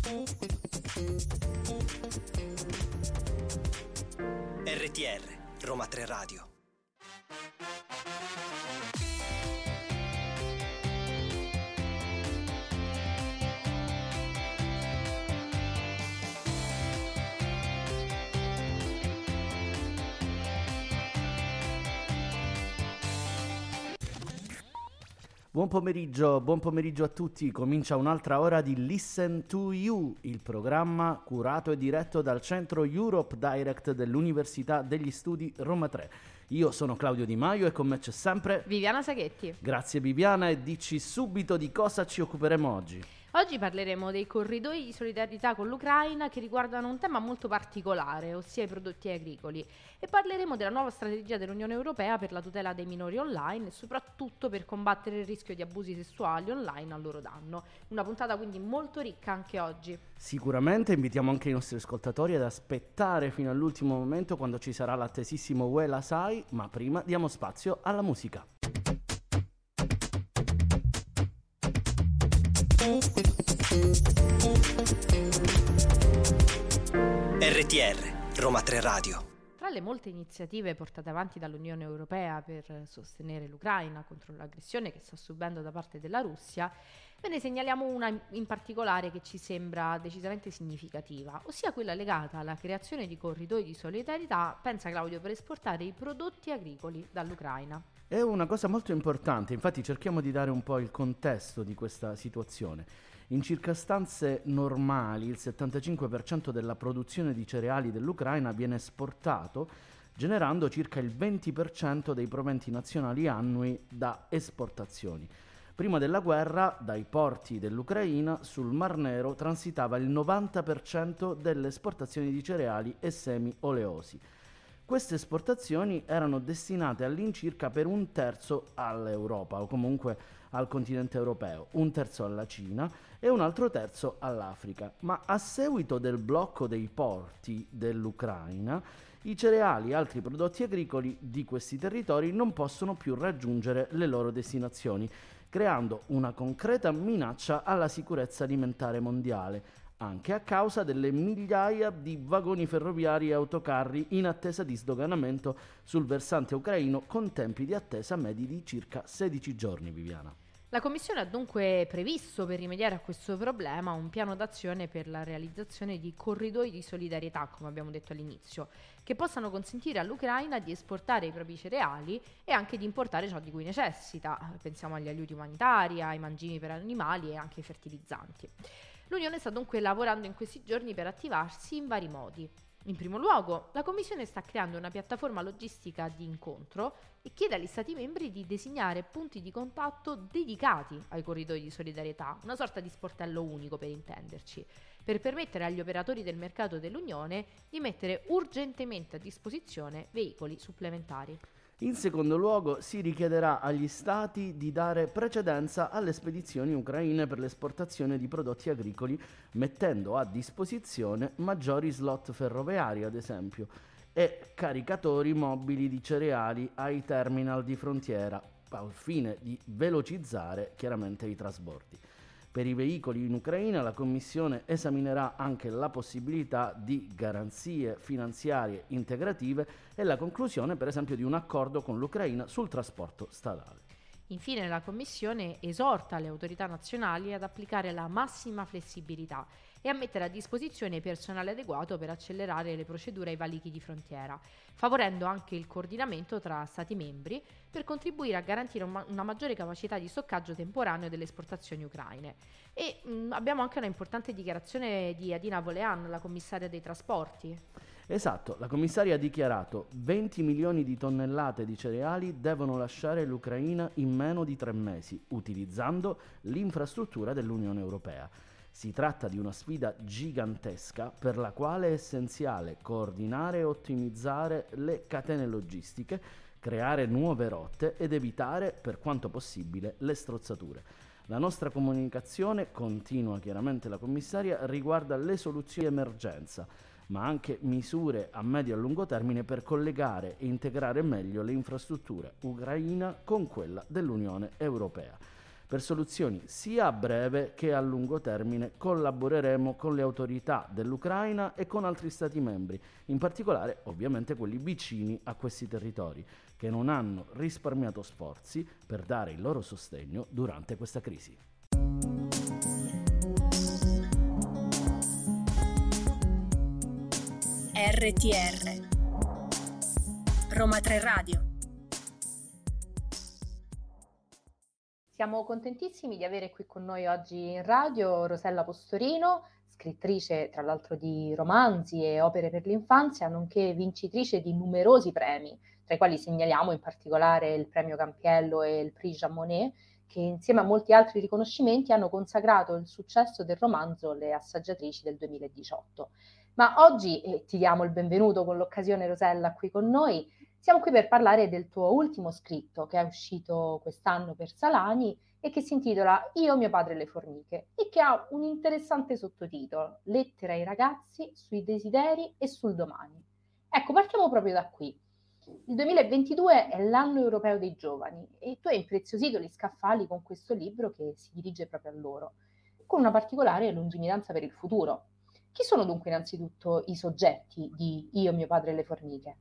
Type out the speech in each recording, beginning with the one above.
RTR, Roma 3 Radio. Buon pomeriggio a tutti. Comincia un'altra ora di Listen to You, il programma curato e diretto dal centro Europe Direct dell'Università degli Studi Roma 3. Io sono Claudio Di Maio e con me c'è sempre Viviana Saghetti. Grazie Viviana, e dici subito di cosa ci occuperemo oggi. Oggi parleremo dei corridoi di solidarietà con l'Ucraina che riguardano un tema molto particolare, ossia i prodotti agricoli, e parleremo della nuova strategia dell'Unione Europea per la tutela dei minori online e soprattutto per combattere il rischio di abusi sessuali online a loro danno. Una puntata quindi molto ricca anche oggi. Sicuramente invitiamo anche i nostri ascoltatori ad aspettare fino all'ultimo momento quando ci sarà l'attesissimo Uè la sai, ma prima diamo spazio alla musica. RTR, Roma 3 Radio. Tra le molte iniziative portate avanti dall'Unione Europea per sostenere l'Ucraina contro l'aggressione che sta subendo da parte della Russia, ve ne segnaliamo una in particolare che ci sembra decisamente significativa, ossia quella legata alla creazione di corridoi di solidarietà, pensa Claudio, per esportare i prodotti agricoli dall'Ucraina. È una cosa molto importante, infatti cerchiamo di dare un po' il contesto di questa situazione. In circostanze normali il 75% della produzione di cereali dell'Ucraina viene esportato, generando circa il 20% dei proventi nazionali annui da esportazioni. Prima della guerra, dai porti dell'Ucraina sul Mar Nero transitava il 90% delle esportazioni di cereali e semi oleosi. Queste esportazioni erano destinate all'incirca per un terzo all'Europa, o comunque al continente europeo, un terzo alla Cina e un altro terzo all'Africa. Ma a seguito del blocco dei porti dell'Ucraina, i cereali e altri prodotti agricoli di questi territori non possono più raggiungere le loro destinazioni, creando una concreta minaccia alla sicurezza alimentare mondiale, anche a causa delle migliaia di vagoni ferroviari e autocarri in attesa di sdoganamento sul versante ucraino, con tempi di attesa medi di circa 16 giorni, Viviana. La Commissione ha dunque previsto, per rimediare a questo problema, un piano d'azione per la realizzazione di corridoi di solidarietà, come abbiamo detto all'inizio, che possano consentire all'Ucraina di esportare i propri cereali e anche di importare ciò di cui necessita. Pensiamo agli aiuti umanitari, ai mangimi per animali e anche ai fertilizzanti. L'Unione sta dunque lavorando in questi giorni per attivarsi in vari modi. In primo luogo, la Commissione sta creando una piattaforma logistica di incontro e chiede agli Stati membri di designare punti di contatto dedicati ai corridoi di solidarietà, una sorta di sportello unico per intenderci, per permettere agli operatori del mercato dell'Unione di mettere urgentemente a disposizione veicoli supplementari. In secondo luogo, si richiederà agli Stati di dare precedenza alle spedizioni ucraine per l'esportazione di prodotti agricoli, mettendo a disposizione maggiori slot ferroviari, ad esempio, e caricatori mobili di cereali ai terminal di frontiera, al fine di velocizzare chiaramente i trasbordi. Per i veicoli in Ucraina la Commissione esaminerà anche la possibilità di garanzie finanziarie integrative e la conclusione, per esempio, di un accordo con l'Ucraina sul trasporto stradale. Infine la Commissione esorta le autorità nazionali ad applicare la massima flessibilità e a mettere a disposizione personale adeguato per accelerare le procedure ai valichi di frontiera, favorendo anche il coordinamento tra Stati membri per contribuire a garantire una maggiore capacità di stoccaggio temporaneo delle esportazioni ucraine. E abbiamo anche una importante dichiarazione di Adina Vălean, la commissaria dei trasporti. Esatto, la commissaria ha dichiarato 20 milioni di tonnellate di cereali devono lasciare l'Ucraina in meno di 3 mesi, utilizzando l'infrastruttura dell'Unione Europea. Si tratta di una sfida gigantesca per la quale è essenziale coordinare e ottimizzare le catene logistiche, creare nuove rotte ed evitare, per quanto possibile, le strozzature. La nostra comunicazione, continua chiaramente la commissaria, riguarda le soluzioni di emergenza, ma anche misure a medio e a lungo termine per collegare e integrare meglio le infrastrutture ucraina con quella dell'Unione Europea. Per soluzioni sia a breve che a lungo termine collaboreremo con le autorità dell'Ucraina e con altri Stati membri, in particolare ovviamente quelli vicini a questi territori, che non hanno risparmiato sforzi per dare il loro sostegno durante questa crisi. RTR Roma 3 Radio. Siamo contentissimi di avere qui con noi oggi in radio Rosella Postorino, scrittrice tra l'altro di romanzi e opere per l'infanzia, nonché vincitrice di numerosi premi, tra i quali segnaliamo in particolare il premio Campiello e il Prix Jean Monnet, che insieme a molti altri riconoscimenti hanno consacrato il successo del romanzo Le Assaggiatrici del 2018. Ma oggi ti diamo il benvenuto con l'occasione, Rosella, qui con noi. Siamo qui per parlare del tuo ultimo scritto che è uscito quest'anno per Salani e che si intitola Io, mio padre e le formiche e che ha un interessante sottotitolo, Lettere ai ragazzi sui desideri e sul domani. Ecco, partiamo proprio da qui. Il 2022 è l'anno europeo dei giovani e tu hai impreziosito gli scaffali con questo libro che si dirige proprio a loro, con una particolare lungimiranza per il futuro. Chi sono dunque innanzitutto i soggetti di Io, mio padre e le formiche?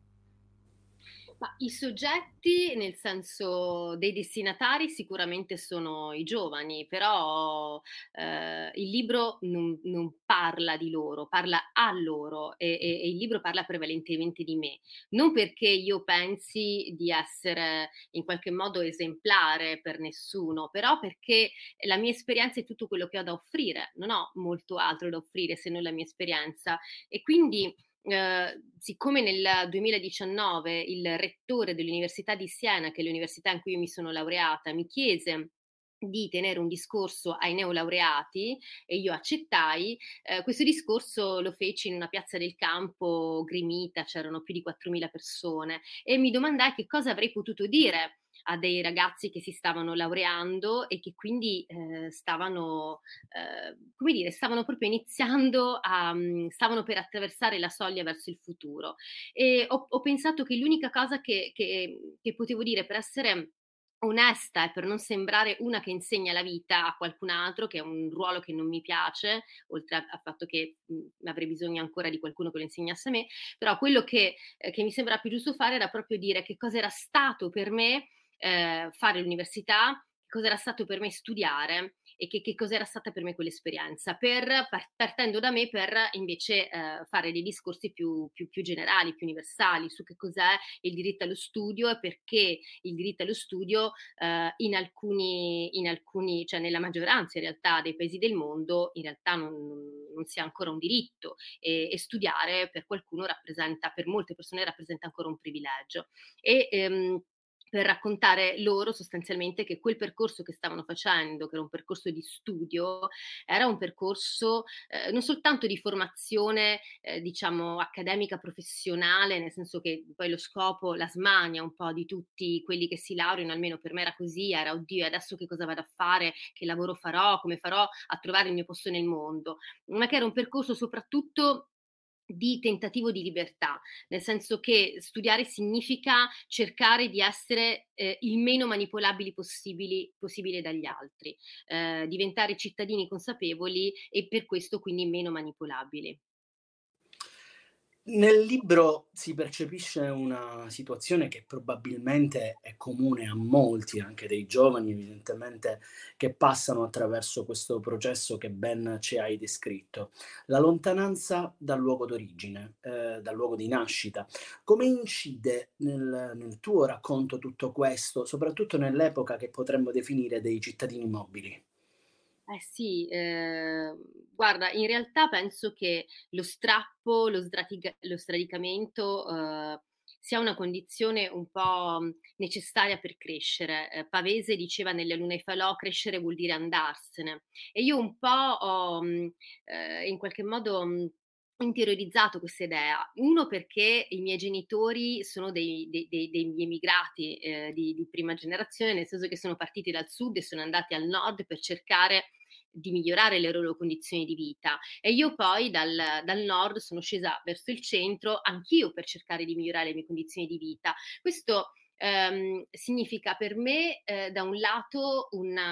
Ma i soggetti, nel senso dei destinatari, sicuramente sono i giovani, però il libro non parla di loro, parla a loro e il libro parla prevalentemente di me. Non perché io pensi di essere in qualche modo esemplare per nessuno, però perché la mia esperienza è tutto quello che ho da offrire, non ho molto altro da offrire se non la mia esperienza e quindi siccome nel 2019 il rettore dell'Università di Siena, che è l'università in cui io mi sono laureata, mi chiese di tenere un discorso ai neolaureati e io accettai, questo discorso lo feci in una piazza del campo gremita, c'erano più di 4.000 persone e mi domandai che cosa avrei potuto dire a dei ragazzi che si stavano laureando e che quindi stavano proprio iniziando stavano per attraversare la soglia verso il futuro e ho pensato che l'unica cosa che potevo dire per essere onesta e per non sembrare una che insegna la vita a qualcun altro, che è un ruolo che non mi piace, oltre al fatto che avrei bisogno ancora di qualcuno che lo insegnasse a me, però quello che mi sembra più giusto fare era proprio dire che cosa era stato per me fare l'università, che cosa era stato per me studiare e che cosa era stata per me quell'esperienza, partendo da me per invece fare dei discorsi più generali, più universali su che cos'è il diritto allo studio e perché il diritto allo studio in alcuni, cioè nella maggioranza in realtà dei paesi del mondo, in realtà non sia ancora un diritto e studiare per qualcuno rappresenta, per molte persone rappresenta ancora un privilegio. Per raccontare loro sostanzialmente che quel percorso che stavano facendo, che era un percorso di studio, era un percorso non soltanto di formazione, diciamo, accademica professionale, nel senso che poi lo scopo, la smania un po' di tutti quelli che si laureano, almeno per me era così, era oddio, adesso che cosa vado a fare, che lavoro farò, come farò a trovare il mio posto nel mondo, ma che era un percorso soprattutto di tentativo di libertà, nel senso che studiare significa cercare di essere il meno manipolabili possibile dagli altri, diventare cittadini consapevoli e per questo quindi meno manipolabili. Nel libro si percepisce una situazione che probabilmente è comune a molti, anche dei giovani evidentemente, che passano attraverso questo processo che ben ci hai descritto. La lontananza dal luogo d'origine, dal luogo di nascita. Come incide nel tuo racconto tutto questo, soprattutto nell'epoca che potremmo definire dei cittadini mobili? Eh sì, guarda, in realtà penso che lo strappo, lo sradicamento, sia una condizione un po' necessaria per crescere. Pavese diceva nelle Luna e Falò: "Crescere vuol dire andarsene". E io un po' ho, in qualche modo, interiorizzato questa idea. Uno perché i miei genitori sono degli emigrati, di prima generazione, nel senso che sono partiti dal sud e sono andati al nord per cercare di migliorare le loro condizioni di vita e io poi dal nord sono scesa verso il centro anch'io per cercare di migliorare le mie condizioni di vita. Questo significa per me, da un lato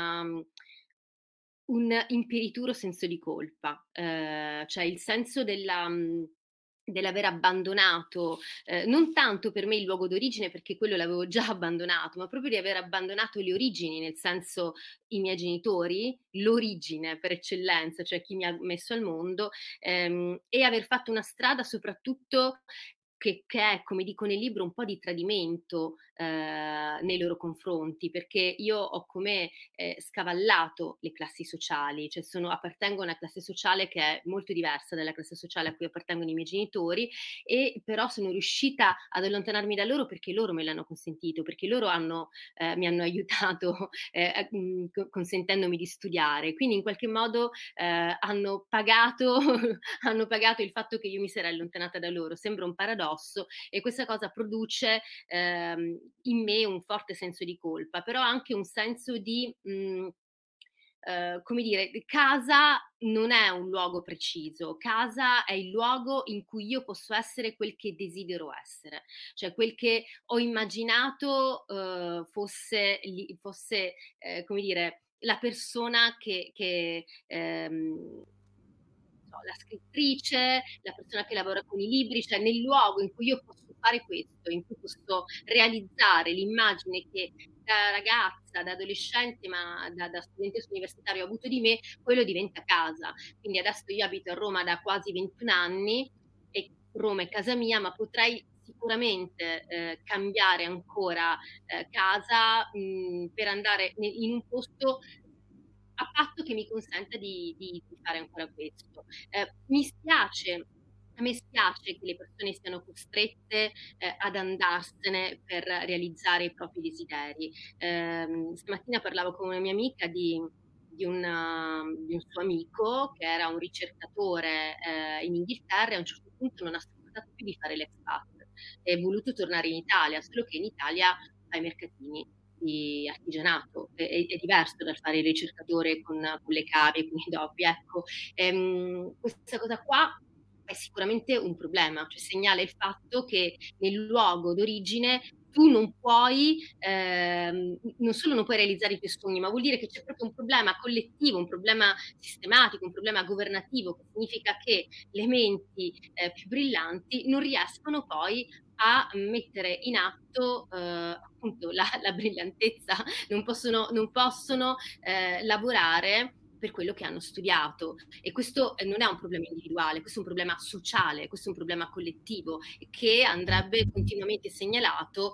un imperituro senso di colpa, cioè il senso dell'aver abbandonato, non tanto per me il luogo d'origine, perché quello l'avevo già abbandonato, ma proprio di aver abbandonato le origini, nel senso i miei genitori, l'origine per eccellenza, cioè chi mi ha messo al mondo, e aver fatto una strada soprattutto che è, come dico nel libro, un po' di tradimento, nei loro confronti, perché io ho come, scavallato le classi sociali, cioè appartengo a una classe sociale che è molto diversa dalla classe sociale a cui appartengono i miei genitori, e però sono riuscita ad allontanarmi da loro perché loro me l'hanno consentito, perché loro mi hanno aiutato, consentendomi di studiare. Quindi in qualche modo, hanno pagato hanno pagato il fatto che io mi sarei allontanata da loro. Sembra un paradosso, e questa cosa produce in me un forte senso di colpa, però anche un senso di come dire, casa non è un luogo preciso, casa è il luogo in cui io posso essere quel che desidero essere, cioè quel che ho immaginato fosse come dire, la persona la scrittrice, la persona che lavora con i libri, cioè nel luogo in cui io posso fare questo, in cui posso realizzare l'immagine che da ragazza, da adolescente, ma da studentessa universitaria ho avuto di me, quello diventa casa. Quindi adesso io abito a Roma da quasi 21 anni e Roma è casa mia, ma potrei sicuramente cambiare ancora casa per andare in un posto a patto che mi consenta di fare ancora questo. A me spiace che le persone siano costrette, ad andarsene per realizzare i propri desideri. Stamattina parlavo con una mia amica di un suo amico che era un ricercatore, in Inghilterra, e a un certo punto non ha sopportato più di fare l'expat. È voluto tornare in Italia, solo che in Italia fa i mercatini di artigianato, è diverso dal fare il ricercatore con le cave, con i doppi, ecco. Questa cosa qua è sicuramente un problema, cioè segnala il fatto che nel luogo d'origine tu non solo non puoi realizzare i tuoi sogni, ma vuol dire che c'è proprio un problema collettivo, un problema sistematico, un problema governativo, che significa che le menti più brillanti non riescono poi a mettere in atto appunto la brillantezza, non possono lavorare per quello che hanno studiato, e questo non è un problema individuale, questo è un problema sociale, questo è un problema collettivo che andrebbe continuamente segnalato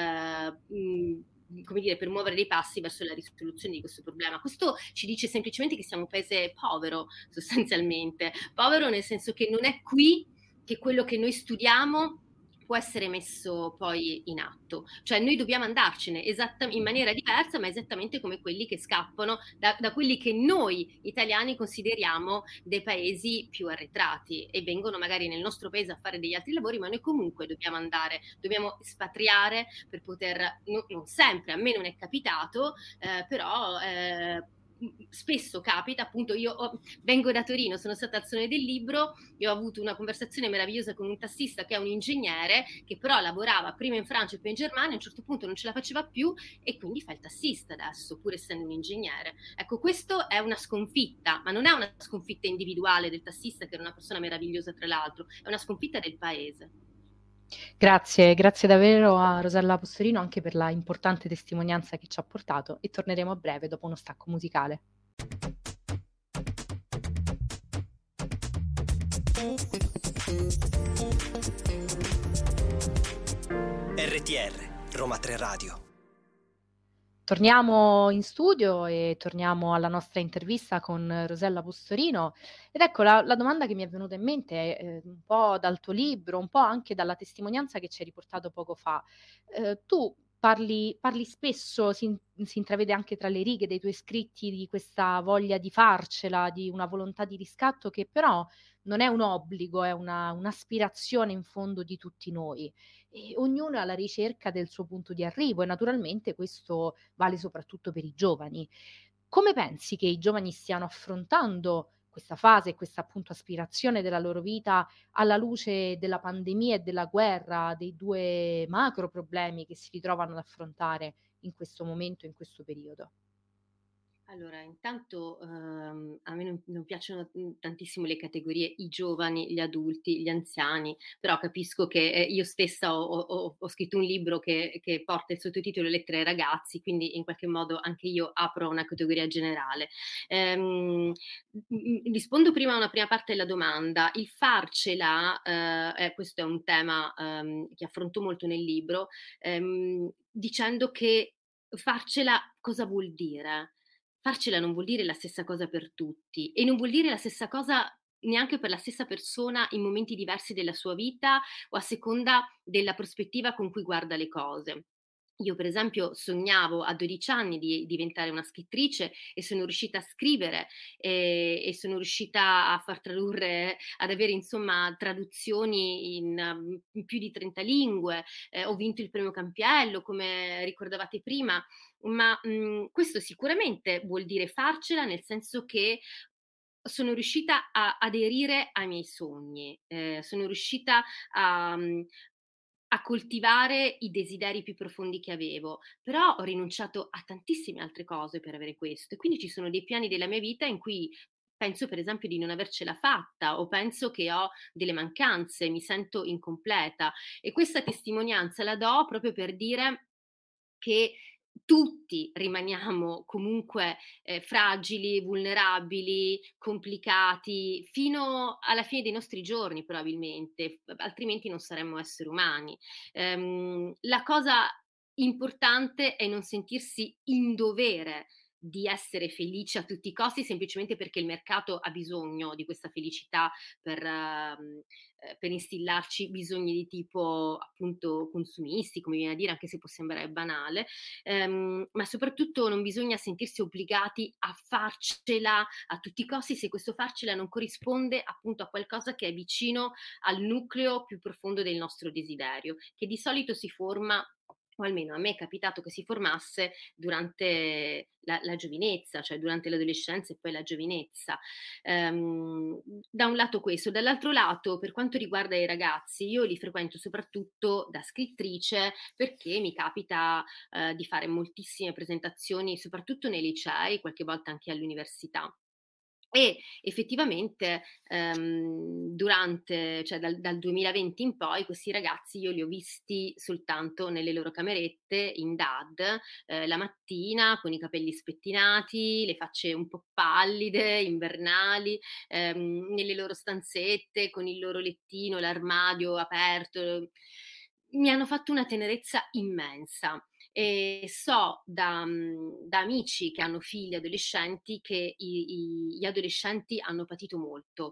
come dire, per muovere dei passi verso la risoluzione di questo problema. Questo ci dice semplicemente che siamo un paese povero, sostanzialmente, povero nel senso che non è qui che quello che noi studiamo può essere messo poi in atto, cioè noi dobbiamo andarcene in maniera diversa, ma esattamente come quelli che scappano da quelli che noi italiani consideriamo dei paesi più arretrati, e vengono magari nel nostro paese a fare degli altri lavori, ma noi comunque dobbiamo andare, dobbiamo espatriare per poter, non sempre, a me non è capitato, però spesso capita, appunto vengo da Torino, sono stata al Salone del Libro e ho avuto una conversazione meravigliosa con un tassista che è un ingegnere, che però lavorava prima in Francia e poi in Germania, a un certo punto non ce la faceva più e quindi fa il tassista adesso, pur essendo un ingegnere. Ecco, questo è una sconfitta, ma non è una sconfitta individuale del tassista, che era una persona meravigliosa tra l'altro, è una sconfitta del paese. Grazie davvero a Rosella Postorino anche per la importante testimonianza che ci ha portato, e torneremo a breve dopo uno stacco musicale. RTR, Roma 3 Radio. Torniamo in studio e torniamo alla nostra intervista con Rosella Postorino, ed ecco la domanda che mi è venuta in mente è un po' dal tuo libro, un po' anche dalla testimonianza che ci hai riportato poco fa. Tu parli spesso, si intravede anche tra le righe dei tuoi scritti, di questa voglia di farcela, di una volontà di riscatto che però non è un obbligo, è un'aspirazione in fondo di tutti noi. E ognuno è alla ricerca del suo punto di arrivo, e naturalmente questo vale soprattutto per i giovani. Come pensi che i giovani stiano affrontando questa fase, questa appunto aspirazione della loro vita alla luce della pandemia e della guerra, dei 2 macro problemi che si ritrovano ad affrontare in questo momento, in questo periodo? Allora, intanto, a me non piacciono, tantissimo le categorie i giovani, gli adulti, gli anziani, però capisco che, io stessa ho scritto un libro che porta il sottotitolo "Lettere ai ragazzi", quindi in qualche modo anche io apro una categoria generale. Rispondo prima a una prima parte della domanda. Il farcela, questo è un tema, che affronto molto nel libro, dicendo che farcela cosa vuol dire? Farcela non vuol dire la stessa cosa per tutti e non vuol dire la stessa cosa neanche per la stessa persona in momenti diversi della sua vita o a seconda della prospettiva con cui guarda le cose. Io per esempio sognavo a 12 anni di diventare una scrittrice e sono riuscita a scrivere, e sono riuscita a far tradurre ad avere insomma traduzioni in più di 30 lingue, ho vinto il premio Campiello come ricordavate prima, ma, questo sicuramente vuol dire farcela, nel senso che sono riuscita a aderire ai miei sogni, sono riuscita a coltivare i desideri più profondi che avevo, però ho rinunciato a tantissime altre cose per avere questo e quindi ci sono dei piani della mia vita in cui penso per esempio di non avercela fatta o penso che ho delle mancanze, mi sento incompleta e questa testimonianza la do proprio per dire che tutti rimaniamo comunque, fragili, vulnerabili, complicati, fino alla fine dei nostri giorni probabilmente, altrimenti non saremmo esseri umani. La cosa importante è non sentirsi in dovere di essere felici a tutti i costi, semplicemente perché il mercato ha bisogno di questa felicità per instillarci bisogni di tipo appunto consumisti, come viene a dire, anche se può sembrare banale, ma soprattutto non bisogna sentirsi obbligati a farcela a tutti i costi se questo farcela non corrisponde appunto a qualcosa che è vicino al nucleo più profondo del nostro desiderio, che di solito si forma o almeno a me è capitato che si formasse durante la giovinezza, cioè durante l'adolescenza e poi la giovinezza. Da un lato questo, dall'altro lato per quanto riguarda i ragazzi, io li frequento soprattutto da scrittrice perché mi capita, di fare moltissime presentazioni, soprattutto nei licei, qualche volta anche all'università. E effettivamente, durante cioè dal 2020 in poi questi ragazzi io li ho visti soltanto nelle loro camerette in DAD, la mattina con i capelli spettinati, le facce un po' pallide, invernali, nelle loro stanzette con il loro lettino, l'armadio aperto. Mi hanno fatto una tenerezza immensa. E so da amici che hanno figli adolescenti che gli adolescenti hanno patito molto,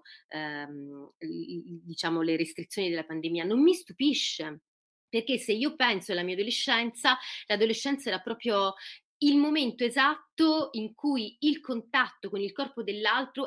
diciamo le restrizioni della pandemia. Non mi stupisce, perché se io penso alla mia adolescenza, l'adolescenza era proprio il momento esatto in cui il contatto con il corpo dell'altro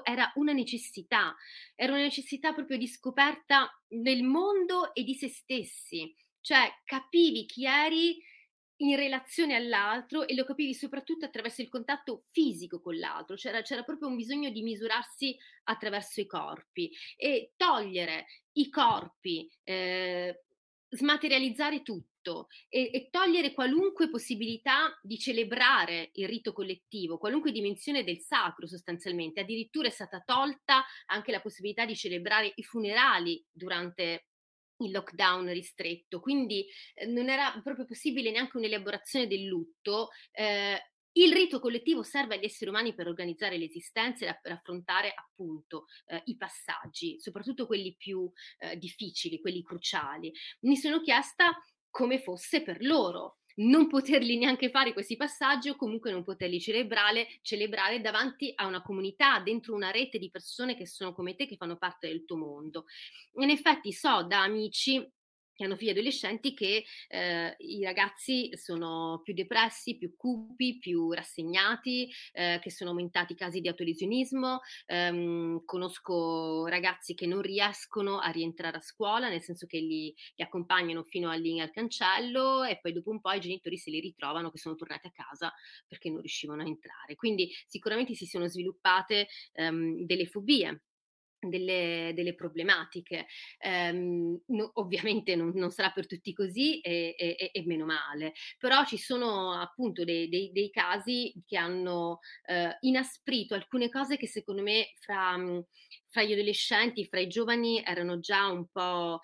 era una necessità proprio di scoperta del mondo e di se stessi. Cioè capivi chi eri in relazione all'altro e lo capivi soprattutto attraverso il contatto fisico con l'altro, c'era proprio un bisogno di misurarsi attraverso i corpi e togliere i corpi, smaterializzare tutto e togliere qualunque possibilità di celebrare il rito collettivo, qualunque dimensione del sacro sostanzialmente. Addirittura è stata tolta anche la possibilità di celebrare i funerali durante il lockdown ristretto, quindi non era proprio possibile neanche un'elaborazione del lutto. Il rito collettivo serve agli esseri umani per organizzare l'esistenza e per affrontare appunto i passaggi, soprattutto quelli più difficili, quelli cruciali. Mi sono chiesta come fosse per loro non poterli neanche fare questi passaggi o comunque non poterli celebrare davanti a una comunità, dentro una rete di persone che sono come te, che fanno parte del tuo mondo. In effetti so da amici che hanno figli adolescenti, che i ragazzi sono più depressi, più cupi, più rassegnati, che sono aumentati i casi di autolesionismo. Conosco ragazzi che non riescono a rientrare a scuola, nel senso che li accompagnano fino lì al cancello e poi dopo un po' i genitori se li ritrovano che sono tornati a casa perché non riuscivano a entrare. Quindi sicuramente si sono sviluppate delle fobie, delle problematiche. Ovviamente non sarà per tutti così e meno male, però ci sono appunto dei casi che hanno inasprito alcune cose che secondo me fra gli adolescenti, fra i giovani erano già un po'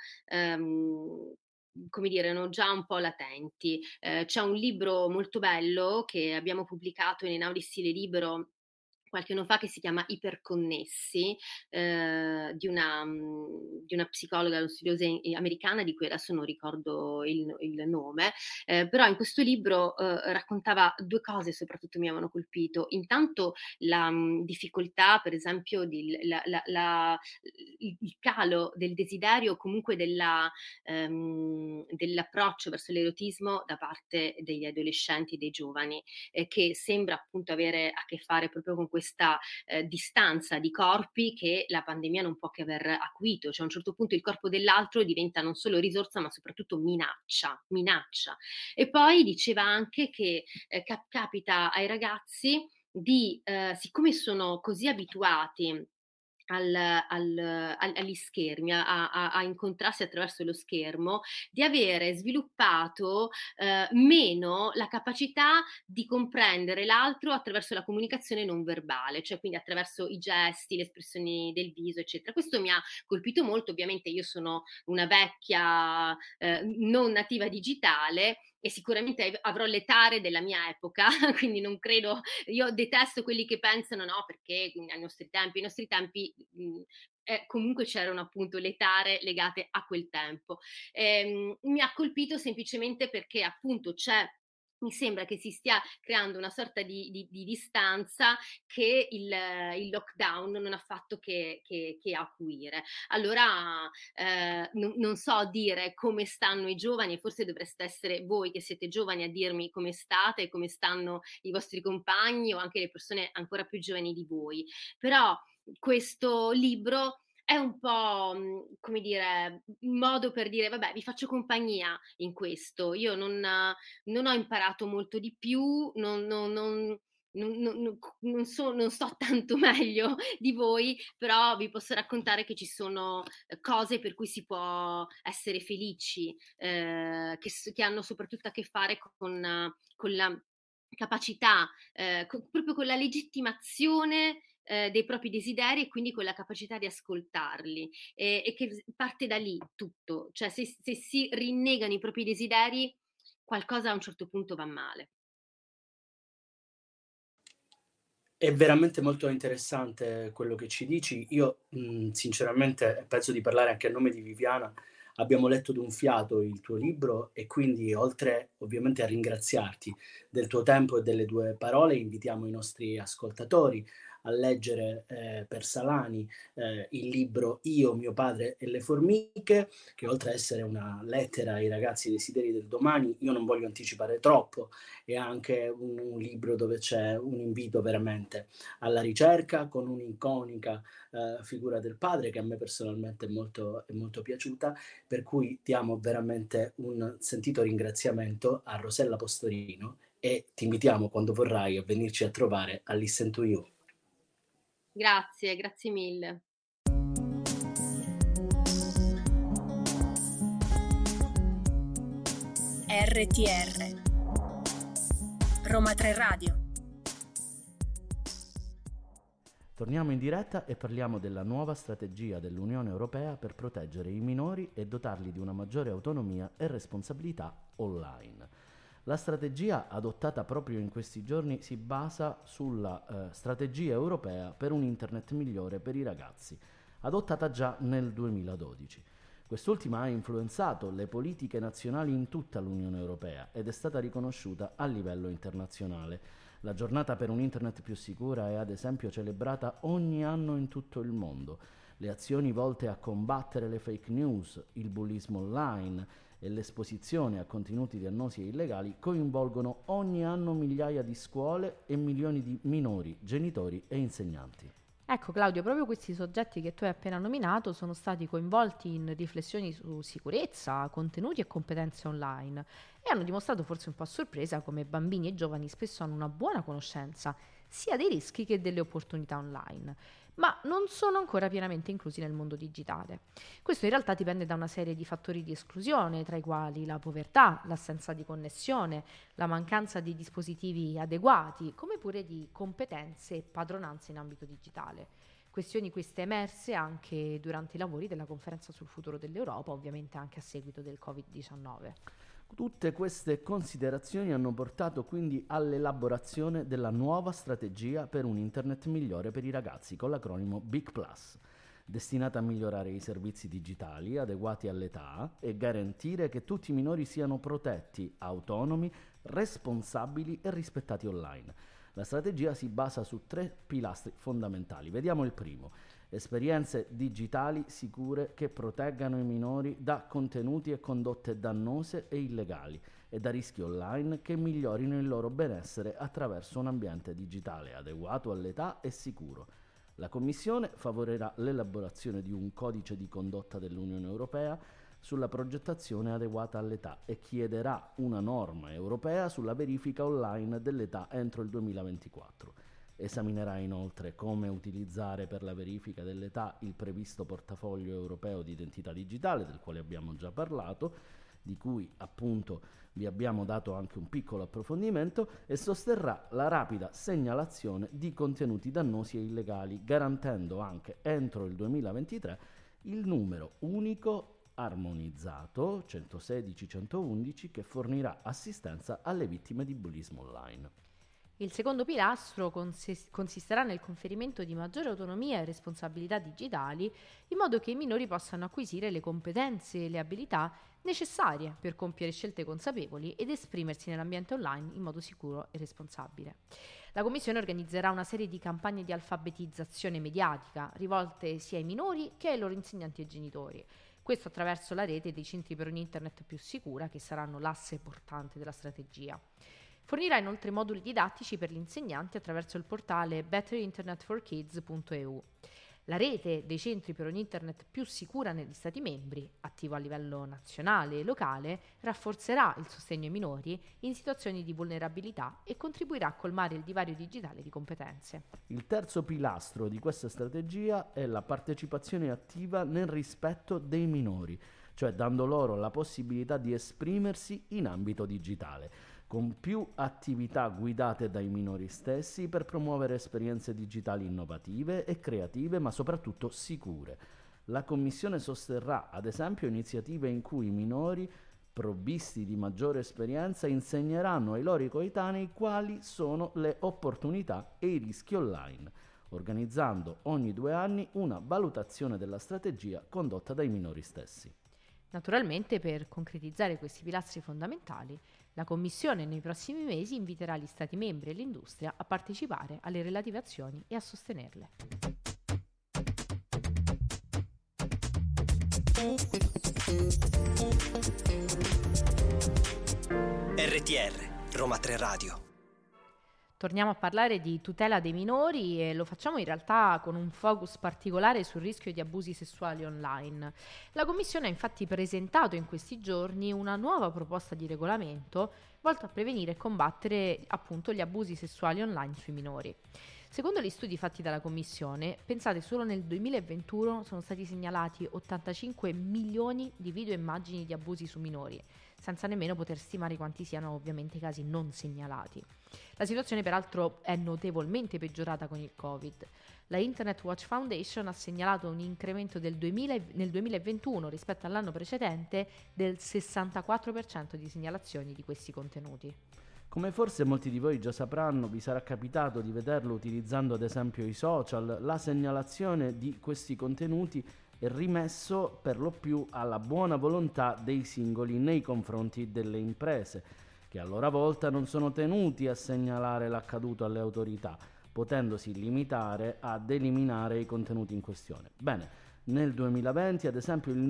come dire, erano già un po' latenti. C'è un libro molto bello che abbiamo pubblicato in Einaudi Stile Libero qualche anno fa, che si chiama Iperconnessi, di una psicologa, una studiosa americana di cui adesso non ricordo il nome, però in questo libro raccontava due cose soprattutto mi avevano colpito. Intanto la difficoltà, per esempio, il calo del desiderio, comunque dell'approccio verso l'erotismo da parte degli adolescenti e dei giovani, che sembra appunto avere a che fare proprio con questa distanza di corpi che la pandemia non può che aver acuito. Cioè a un certo punto il corpo dell'altro diventa non solo risorsa ma soprattutto minaccia. E poi diceva anche che capita ai ragazzi di, siccome sono così abituati agli schermi, a incontrarsi attraverso lo schermo, di avere sviluppato meno la capacità di comprendere l'altro attraverso la comunicazione non verbale, cioè quindi attraverso i gesti, le espressioni del viso, eccetera. Questo mi ha colpito molto. Ovviamente io sono una vecchia non nativa digitale e sicuramente avrò le tare della mia epoca, quindi non credo, io detesto quelli che pensano no, perché ai nostri tempi comunque c'erano appunto le tare legate a quel tempo. Mi ha colpito semplicemente perché appunto mi sembra che si stia creando una sorta di distanza che il lockdown non ha fatto che acuire. Allora non so dire come stanno i giovani, forse dovreste essere voi che siete giovani a dirmi come state, come stanno i vostri compagni o anche le persone ancora più giovani di voi. Però questo libro è un po', come dire, un modo per dire vabbè, vi faccio compagnia in questo. Io non ho imparato molto di più, non sto tanto meglio di voi, però vi posso raccontare che ci sono cose per cui si può essere felici, che hanno soprattutto a che fare con la capacità, proprio con la legittimazione dei propri desideri e quindi con la capacità di ascoltarli, e che parte da lì tutto. Cioè se si rinnegano i propri desideri, qualcosa a un certo punto va male. È veramente molto interessante quello che ci dici. Io, sinceramente, penso di parlare anche a nome di Viviana, abbiamo letto d'un fiato il tuo libro e quindi oltre ovviamente a ringraziarti del tuo tempo e delle tue parole, invitiamo i nostri ascoltatori a leggere, per Salani, il libro Io, mio padre e le formiche, che oltre a essere una lettera ai ragazzi desideri del domani, io non voglio anticipare troppo, è anche un libro dove c'è un invito veramente alla ricerca con un'iconica figura del padre che a me personalmente è molto piaciuta, per cui diamo veramente un sentito ringraziamento a Rosella Postorino e ti invitiamo quando vorrai a venirci a trovare a Listen to You. Grazie mille. RTR Roma 3 Radio. Torniamo in diretta e parliamo della nuova strategia dell'Unione Europea per proteggere i minori e dotarli di una maggiore autonomia e responsabilità online. La strategia adottata proprio in questi giorni si basa sulla strategia europea per un internet migliore per i ragazzi, adottata già nel 2012. Quest'ultima ha influenzato le politiche nazionali in tutta l'Unione Europea ed è stata riconosciuta a livello internazionale. La giornata per un internet più sicura è ad esempio celebrata ogni anno in tutto il mondo. Le azioni volte a combattere le fake news, il bullismo online e l'esposizione a contenuti dannosi e illegali coinvolgono ogni anno migliaia di scuole e milioni di minori, genitori e insegnanti. Ecco Claudio, proprio questi soggetti che tu hai appena nominato sono stati coinvolti in riflessioni su sicurezza, contenuti e competenze online e hanno dimostrato forse un po' a sorpresa come bambini e giovani spesso hanno una buona conoscenza sia dei rischi che delle opportunità online, ma non sono ancora pienamente inclusi nel mondo digitale. Questo in realtà dipende da una serie di fattori di esclusione, tra i quali la povertà, l'assenza di connessione, la mancanza di dispositivi adeguati, come pure di competenze e padronanze in ambito digitale. Questioni queste emerse anche durante i lavori della conferenza sul futuro dell'Europa, ovviamente anche a seguito del Covid-19. Tutte queste considerazioni hanno portato quindi all'elaborazione della nuova strategia per un internet migliore per i ragazzi, con l'acronimo Big Plus, destinata a migliorare i servizi digitali adeguati all'età e garantire che tutti i minori siano protetti, autonomi, responsabili e rispettati online. La strategia si basa su 3 pilastri fondamentali. Vediamo il primo: esperienze digitali sicure che proteggano i minori da contenuti e condotte dannose e illegali e da rischi online che migliorino il loro benessere attraverso un ambiente digitale adeguato all'età e sicuro. La Commissione favorirà l'elaborazione di un codice di condotta dell'Unione Europea sulla progettazione adeguata all'età e chiederà una norma europea sulla verifica online dell'età entro il 2024. Esaminerà inoltre come utilizzare per la verifica dell'età il previsto portafoglio europeo di identità digitale, del quale abbiamo già parlato, di cui appunto vi abbiamo dato anche un piccolo approfondimento, e sosterrà la rapida segnalazione di contenuti dannosi e illegali, garantendo anche entro il 2023 il numero unico armonizzato 116-111 che fornirà assistenza alle vittime di bullismo online. Il secondo pilastro consisterà nel conferimento di maggiore autonomia e responsabilità digitali, in modo che i minori possano acquisire le competenze e le abilità necessarie per compiere scelte consapevoli ed esprimersi nell'ambiente online in modo sicuro e responsabile. La Commissione organizzerà una serie di campagne di alfabetizzazione mediatica rivolte sia ai minori che ai loro insegnanti e genitori. Questo attraverso la rete dei centri per un internet più sicura, che saranno l'asse portante della strategia. Fornirà inoltre moduli didattici per gli insegnanti attraverso il portale betterinternetforkids.eu. La rete dei centri per un internet più sicura negli Stati membri, attivo a livello nazionale e locale, rafforzerà il sostegno ai minori in situazioni di vulnerabilità e contribuirà a colmare il divario digitale di competenze. Il terzo pilastro di questa strategia è la partecipazione attiva nel rispetto dei minori, cioè dando loro la possibilità di esprimersi in ambito digitale, con più attività guidate dai minori stessi per promuovere esperienze digitali innovative e creative, ma soprattutto sicure. La Commissione sosterrà, ad esempio, iniziative in cui i minori provvisti di maggiore esperienza insegneranno ai loro coetanei quali sono le opportunità e i rischi online, organizzando ogni 2 anni una valutazione della strategia condotta dai minori stessi. Naturalmente, per concretizzare questi pilastri fondamentali, la Commissione nei prossimi mesi inviterà gli Stati membri e l'industria a partecipare alle relative azioni e a sostenerle. RTR, Roma 3 Radio. Torniamo a parlare di tutela dei minori e lo facciamo in realtà con un focus particolare sul rischio di abusi sessuali online. La Commissione ha infatti presentato in questi giorni una nuova proposta di regolamento volto a prevenire e combattere appunto gli abusi sessuali online sui minori. Secondo gli studi fatti dalla Commissione, pensate, solo nel 2021 sono stati segnalati 85 milioni di video e immagini di abusi su minori, senza nemmeno poter stimare quanti siano ovviamente i casi non segnalati. La situazione peraltro è notevolmente peggiorata con il Covid. La Internet Watch Foundation ha segnalato un incremento nel 2021 rispetto all'anno precedente del 64% di segnalazioni di questi contenuti. Come forse molti di voi già sapranno, vi sarà capitato di vederlo utilizzando ad esempio i social, la segnalazione di questi contenuti è rimesso per lo più alla buona volontà dei singoli nei confronti delle imprese, che a loro volta non sono tenuti a segnalare l'accaduto alle autorità, potendosi limitare ad eliminare i contenuti in questione. Bene, Nel 2020, ad esempio, il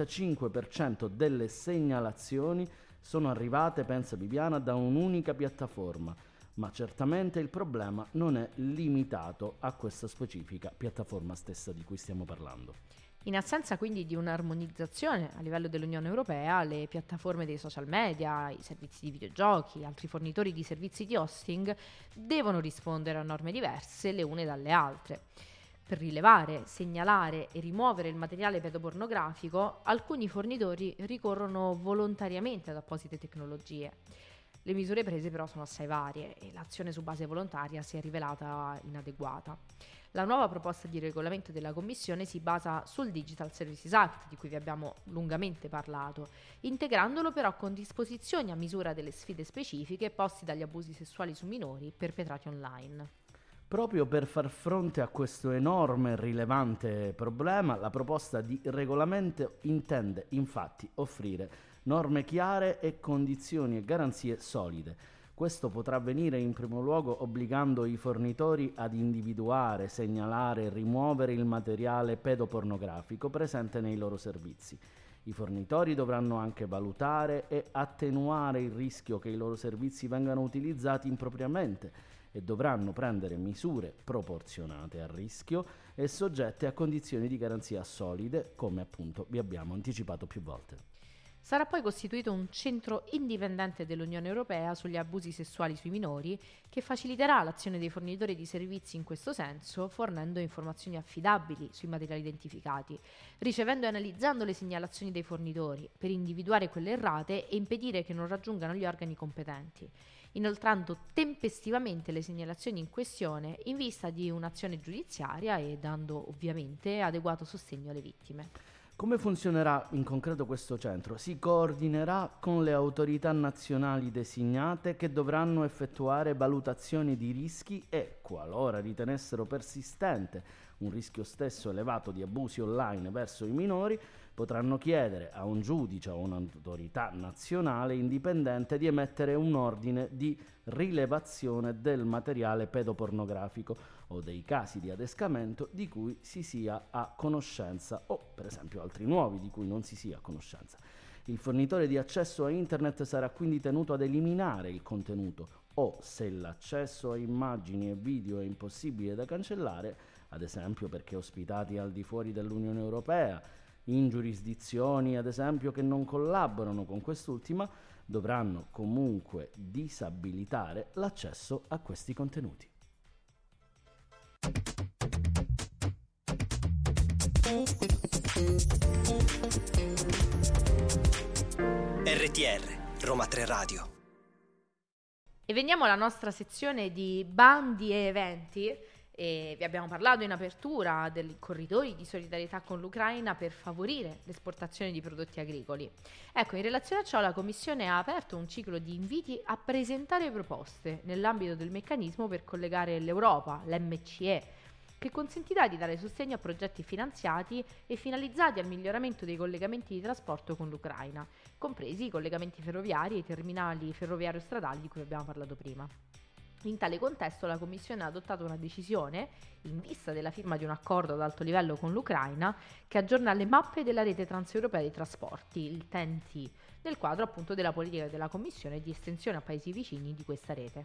95% delle segnalazioni sono arrivate, pensa Bibiana, da un'unica piattaforma, ma certamente il problema non è limitato a questa specifica piattaforma stessa di cui stiamo parlando. In assenza quindi di un'armonizzazione a livello dell'Unione Europea, le piattaforme dei social media, i servizi di videogiochi, altri fornitori di servizi di hosting devono rispondere a norme diverse le une dalle altre. Per rilevare, segnalare e rimuovere il materiale pedopornografico, alcuni fornitori ricorrono volontariamente ad apposite tecnologie. Le misure prese però sono assai varie e l'azione su base volontaria si è rivelata inadeguata. La nuova proposta di regolamento della Commissione si basa sul Digital Services Act, di cui vi abbiamo lungamente parlato, integrandolo però con disposizioni a misura delle sfide specifiche poste dagli abusi sessuali su minori perpetrati online. Proprio per far fronte a questo enorme e rilevante problema, la proposta di regolamento intende infatti offrire norme chiare e condizioni e garanzie solide. Questo potrà avvenire in primo luogo obbligando i fornitori ad individuare, segnalare e rimuovere il materiale pedopornografico presente nei loro servizi. I fornitori dovranno anche valutare e attenuare il rischio che i loro servizi vengano utilizzati impropriamente e dovranno prendere misure proporzionate al rischio e soggette a condizioni di garanzia solide, come appunto vi abbiamo anticipato più volte. Sarà poi costituito un centro indipendente dell'Unione Europea sugli abusi sessuali sui minori che faciliterà l'azione dei fornitori di servizi in questo senso, fornendo informazioni affidabili sui materiali identificati, ricevendo e analizzando le segnalazioni dei fornitori per individuare quelle errate e impedire che non raggiungano gli organi competenti, inoltrando tempestivamente le segnalazioni in questione in vista di un'azione giudiziaria e dando ovviamente adeguato sostegno alle vittime. Come funzionerà in concreto questo centro? Si coordinerà con le autorità nazionali designate che dovranno effettuare valutazioni di rischi e, qualora ritenessero persistente un rischio stesso elevato di abusi online verso i minori, potranno chiedere a un giudice o un'autorità nazionale indipendente di emettere un ordine di rilevazione del materiale pedopornografico o dei casi di adescamento di cui si sia a conoscenza o, per esempio, altri nuovi di cui non si sia a conoscenza. Il fornitore di accesso a internet sarà quindi tenuto ad eliminare il contenuto o, se l'accesso a immagini e video è impossibile da cancellare, ad esempio perché ospitati al di fuori dell'Unione Europea, in giurisdizioni ad esempio che non collaborano con quest'ultima, dovranno comunque disabilitare l'accesso a questi contenuti. RTR, Roma 3 Radio. E veniamo alla nostra sezione di bandi e eventi. E vi abbiamo parlato in apertura dei corridoi di solidarietà con l'Ucraina per favorire l'esportazione di prodotti agricoli. Ecco, in relazione a ciò la Commissione ha aperto un ciclo di inviti a presentare proposte nell'ambito del meccanismo per collegare l'Europa, l'MCE, che consentirà di dare sostegno a progetti finanziati e finalizzati al miglioramento dei collegamenti di trasporto con l'Ucraina, compresi i collegamenti ferroviari e i terminali ferroviario-stradali di cui abbiamo parlato prima. In tale contesto la Commissione ha adottato una decisione, in vista della firma di un accordo ad alto livello con l'Ucraina, che aggiorna le mappe della rete transeuropea dei trasporti, il TEN-T, nel quadro appunto della politica della Commissione di estensione a paesi vicini di questa rete.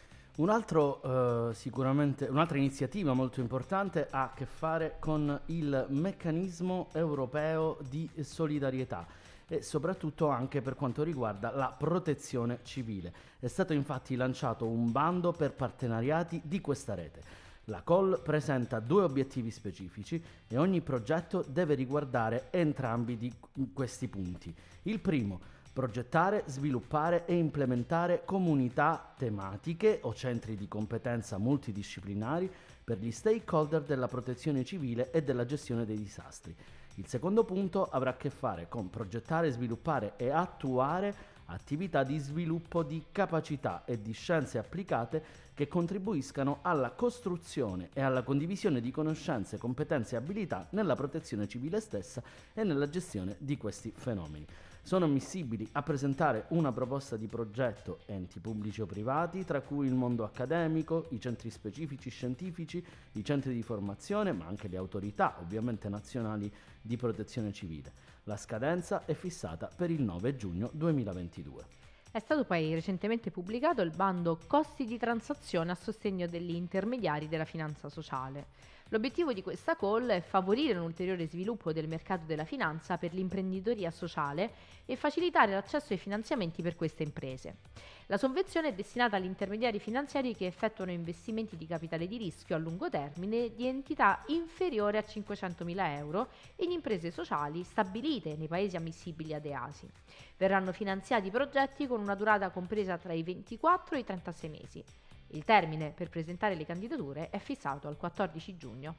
Un'altra iniziativa molto importante ha a che fare con il meccanismo europeo di solidarietà e soprattutto anche per quanto riguarda la protezione civile. È stato infatti lanciato un bando per partenariati di questa rete. La COL presenta 2 obiettivi specifici e ogni progetto deve riguardare entrambi di questi punti. Il primo: progettare, sviluppare e implementare comunità tematiche o centri di competenza multidisciplinari per gli stakeholder della protezione civile e della gestione dei disastri. Il secondo punto avrà a che fare con progettare, sviluppare e attuare attività di sviluppo di capacità e di scienze applicate che contribuiscano alla costruzione e alla condivisione di conoscenze, competenze e abilità nella protezione civile stessa e nella gestione di questi fenomeni. Sono ammissibili a presentare una proposta di progetto enti pubblici o privati, tra cui il mondo accademico, i centri specifici scientifici, i centri di formazione, ma anche le autorità, ovviamente nazionali, di protezione civile. La scadenza è fissata per il 9 giugno 2022. È stato poi recentemente pubblicato il bando Costi di transazione a sostegno degli intermediari della finanza sociale. L'obiettivo di questa call è favorire un ulteriore sviluppo del mercato della finanza per l'imprenditoria sociale e facilitare l'accesso ai finanziamenti per queste imprese. La sovvenzione è destinata agli intermediari finanziari che effettuano investimenti di capitale di rischio a lungo termine di entità inferiore a 500.000 euro in imprese sociali stabilite nei paesi ammissibili ad EASI. Verranno finanziati progetti con una durata compresa tra i 24 e i 36 mesi. Il termine per presentare le candidature è fissato al 14 giugno.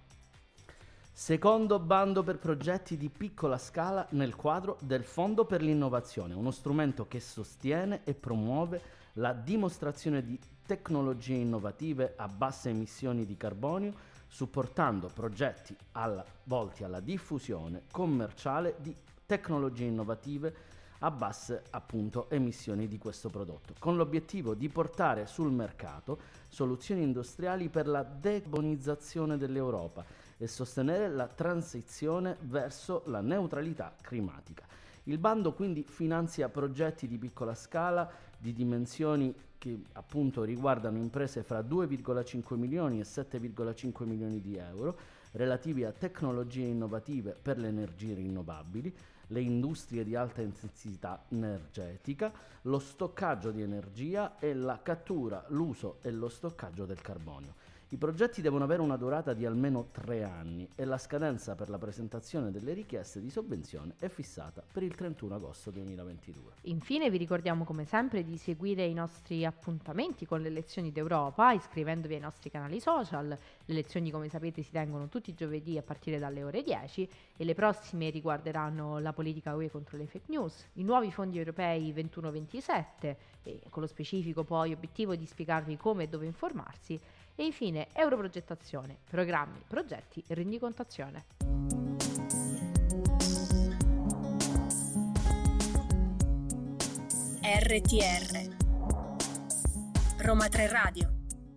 Secondo bando per progetti di piccola scala nel quadro del Fondo per l'innovazione, uno strumento che sostiene e promuove la dimostrazione di tecnologie innovative a basse emissioni di carbonio, supportando progetti volti alla diffusione commerciale di tecnologie innovative a basse appunto emissioni di questo prodotto, con l'obiettivo di portare sul mercato soluzioni industriali per la decarbonizzazione dell'Europa e sostenere la transizione verso la neutralità climatica. Il bando quindi finanzia progetti di piccola scala di dimensioni che appunto riguardano imprese fra 2,5 milioni e 7,5 milioni di euro relativi a tecnologie innovative per le energie rinnovabili, le industrie di alta intensità energetica, lo stoccaggio di energia e la cattura, l'uso e lo stoccaggio del carbonio. I progetti devono avere una durata di almeno 3 anni e la scadenza per la presentazione delle richieste di sovvenzione è fissata per il 31 agosto 2022. Infine vi ricordiamo come sempre di seguire i nostri appuntamenti con le lezioni d'Europa iscrivendovi ai nostri canali social. Le lezioni, come sapete, si tengono tutti i giovedì a partire dalle ore 10 e le prossime riguarderanno la politica UE contro le fake news, i nuovi fondi europei 21-27 e con lo specifico poi obiettivo di spiegarvi come e dove informarsi e infine europrogettazione, programmi, progetti e rendicontazione. RTR Roma 3 Radio.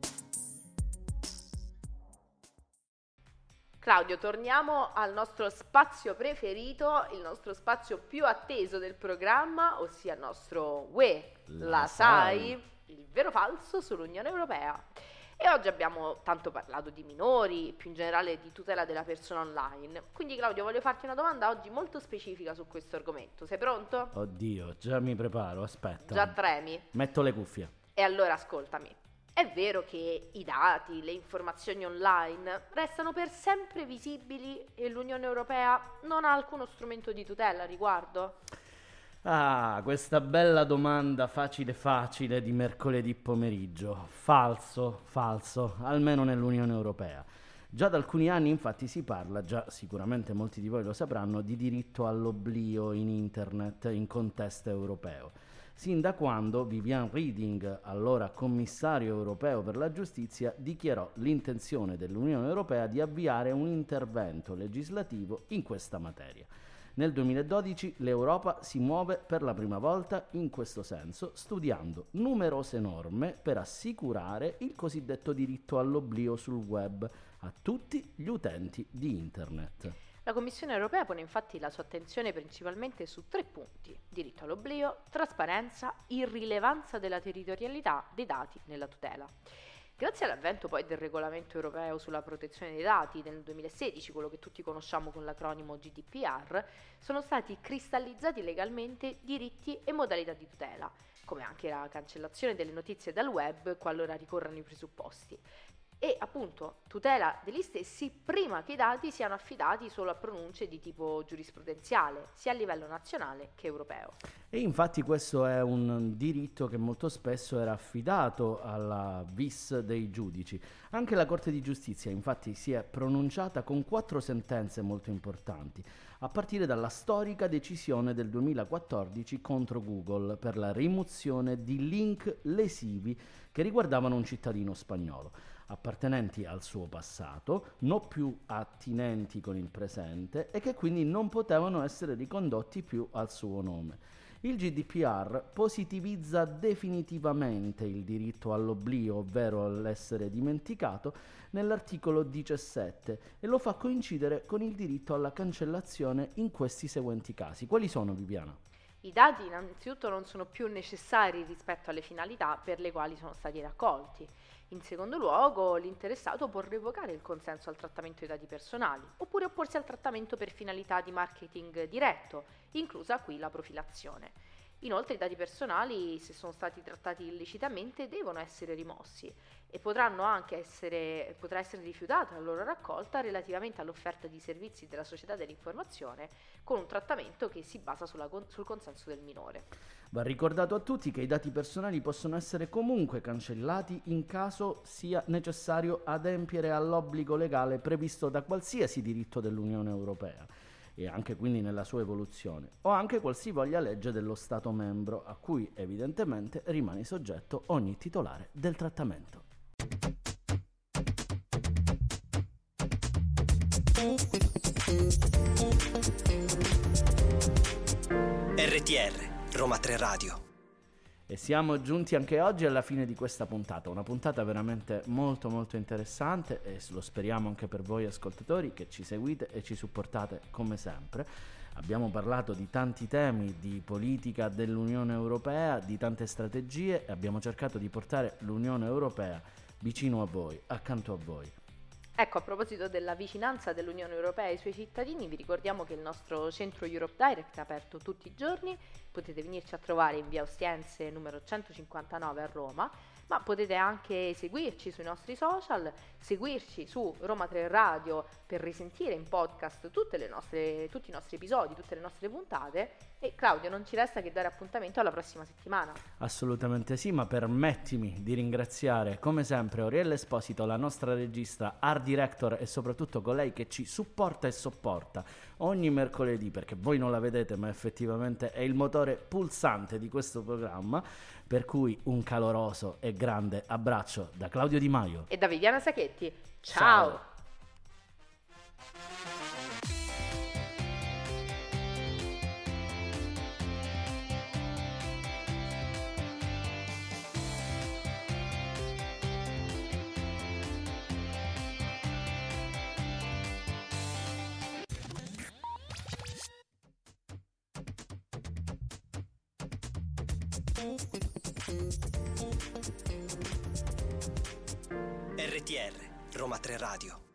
Claudio, torniamo al nostro spazio preferito, il nostro spazio più atteso del programma, ossia il nostro UE, la sai, il vero falso sull'Unione Europea. E oggi abbiamo tanto parlato di minori, più in generale di tutela della persona online. Quindi Claudio, voglio farti una domanda oggi molto specifica su questo argomento. Sei pronto? Oddio, già mi preparo, aspetta. Già tremi? Metto le cuffie. E allora ascoltami. È vero che i dati, le informazioni online restano per sempre visibili e l'Unione Europea non ha alcuno strumento di tutela a riguardo? Ah, questa bella domanda facile di mercoledì pomeriggio. Falso, almeno nell'Unione Europea. Già da alcuni anni infatti si parla, già sicuramente molti di voi lo sapranno, di diritto all'oblio in internet in contesto europeo. Sin da quando Viviane Reding, allora commissario europeo per la giustizia, dichiarò l'intenzione dell'Unione Europea di avviare un intervento legislativo in questa materia. Nel 2012 l'Europa si muove per la prima volta in questo senso, studiando numerose norme per assicurare il cosiddetto diritto all'oblio sul web a tutti gli utenti di internet. La Commissione europea pone infatti la sua attenzione principalmente su 3 punti: diritto all'oblio, trasparenza, irrilevanza della territorialità dei dati nella tutela. Grazie all'avvento poi del regolamento europeo sulla protezione dei dati nel 2016, quello che tutti conosciamo con l'acronimo GDPR, sono stati cristallizzati legalmente diritti e modalità di tutela, come anche la cancellazione delle notizie dal web qualora ricorrano i presupposti. e appunto tutela degli stessi prima che i dati siano affidati solo a pronunce di tipo giurisprudenziale, sia a livello nazionale che europeo. E infatti questo è un diritto che molto spesso era affidato alla vis dei giudici. Anche la Corte di Giustizia infatti si è pronunciata con 4 sentenze molto importanti, a partire dalla storica decisione del 2014 contro Google per la rimozione di link lesivi che riguardavano un cittadino spagnolo, appartenenti al suo passato, non più attinenti con il presente e che quindi non potevano essere ricondotti più al suo nome. Il GDPR positivizza definitivamente il diritto all'oblio, ovvero all'essere dimenticato, nell'articolo 17 e lo fa coincidere con il diritto alla cancellazione in questi seguenti casi. Quali sono, Viviana? I dati innanzitutto non sono più necessari rispetto alle finalità per le quali sono stati raccolti. In secondo luogo, l'interessato può revocare il consenso al trattamento dei dati personali, oppure opporsi al trattamento per finalità di marketing diretto, inclusa qui la profilazione. Inoltre i dati personali, se sono stati trattati illecitamente, devono essere rimossi e potrà essere rifiutata la loro raccolta relativamente all'offerta di servizi della società dell'informazione con un trattamento che si basa sul consenso del minore. Va ricordato a tutti che i dati personali possono essere comunque cancellati in caso sia necessario adempiere all'obbligo legale previsto da qualsiasi diritto dell'Unione Europea e anche quindi nella sua evoluzione, o anche qualsivoglia legge dello Stato membro a cui evidentemente rimane soggetto ogni titolare del trattamento. RTR Roma 3 Radio. E siamo giunti anche oggi alla fine di questa puntata, una puntata veramente molto molto interessante e lo speriamo anche per voi ascoltatori che ci seguite e ci supportate come sempre. Abbiamo parlato di tanti temi, di politica dell'Unione Europea, di tante strategie e abbiamo cercato di portare l'Unione Europea vicino a voi, accanto a voi. Ecco, a proposito della vicinanza dell'Unione Europea ai suoi cittadini, vi ricordiamo che il nostro centro Europe Direct è aperto tutti i giorni, potete venirci a trovare in via Ostiense numero 159 a Roma, ma potete anche seguirci sui nostri social, seguirci su Roma 3 Radio per risentire in podcast tutti i nostri episodi, tutte le nostre puntate. E Claudio, non ci resta che dare appuntamento alla prossima settimana. Assolutamente sì, ma permettimi di ringraziare come sempre Oriella Esposito, la nostra regista, art director e soprattutto colei che ci supporta e sopporta ogni mercoledì, perché voi non la vedete ma effettivamente è il motore pulsante di questo programma, per cui un caloroso e grande abbraccio da Claudio Di Maio e da Viviana Sacchetti. Ciao. RTR Roma 3 Radio.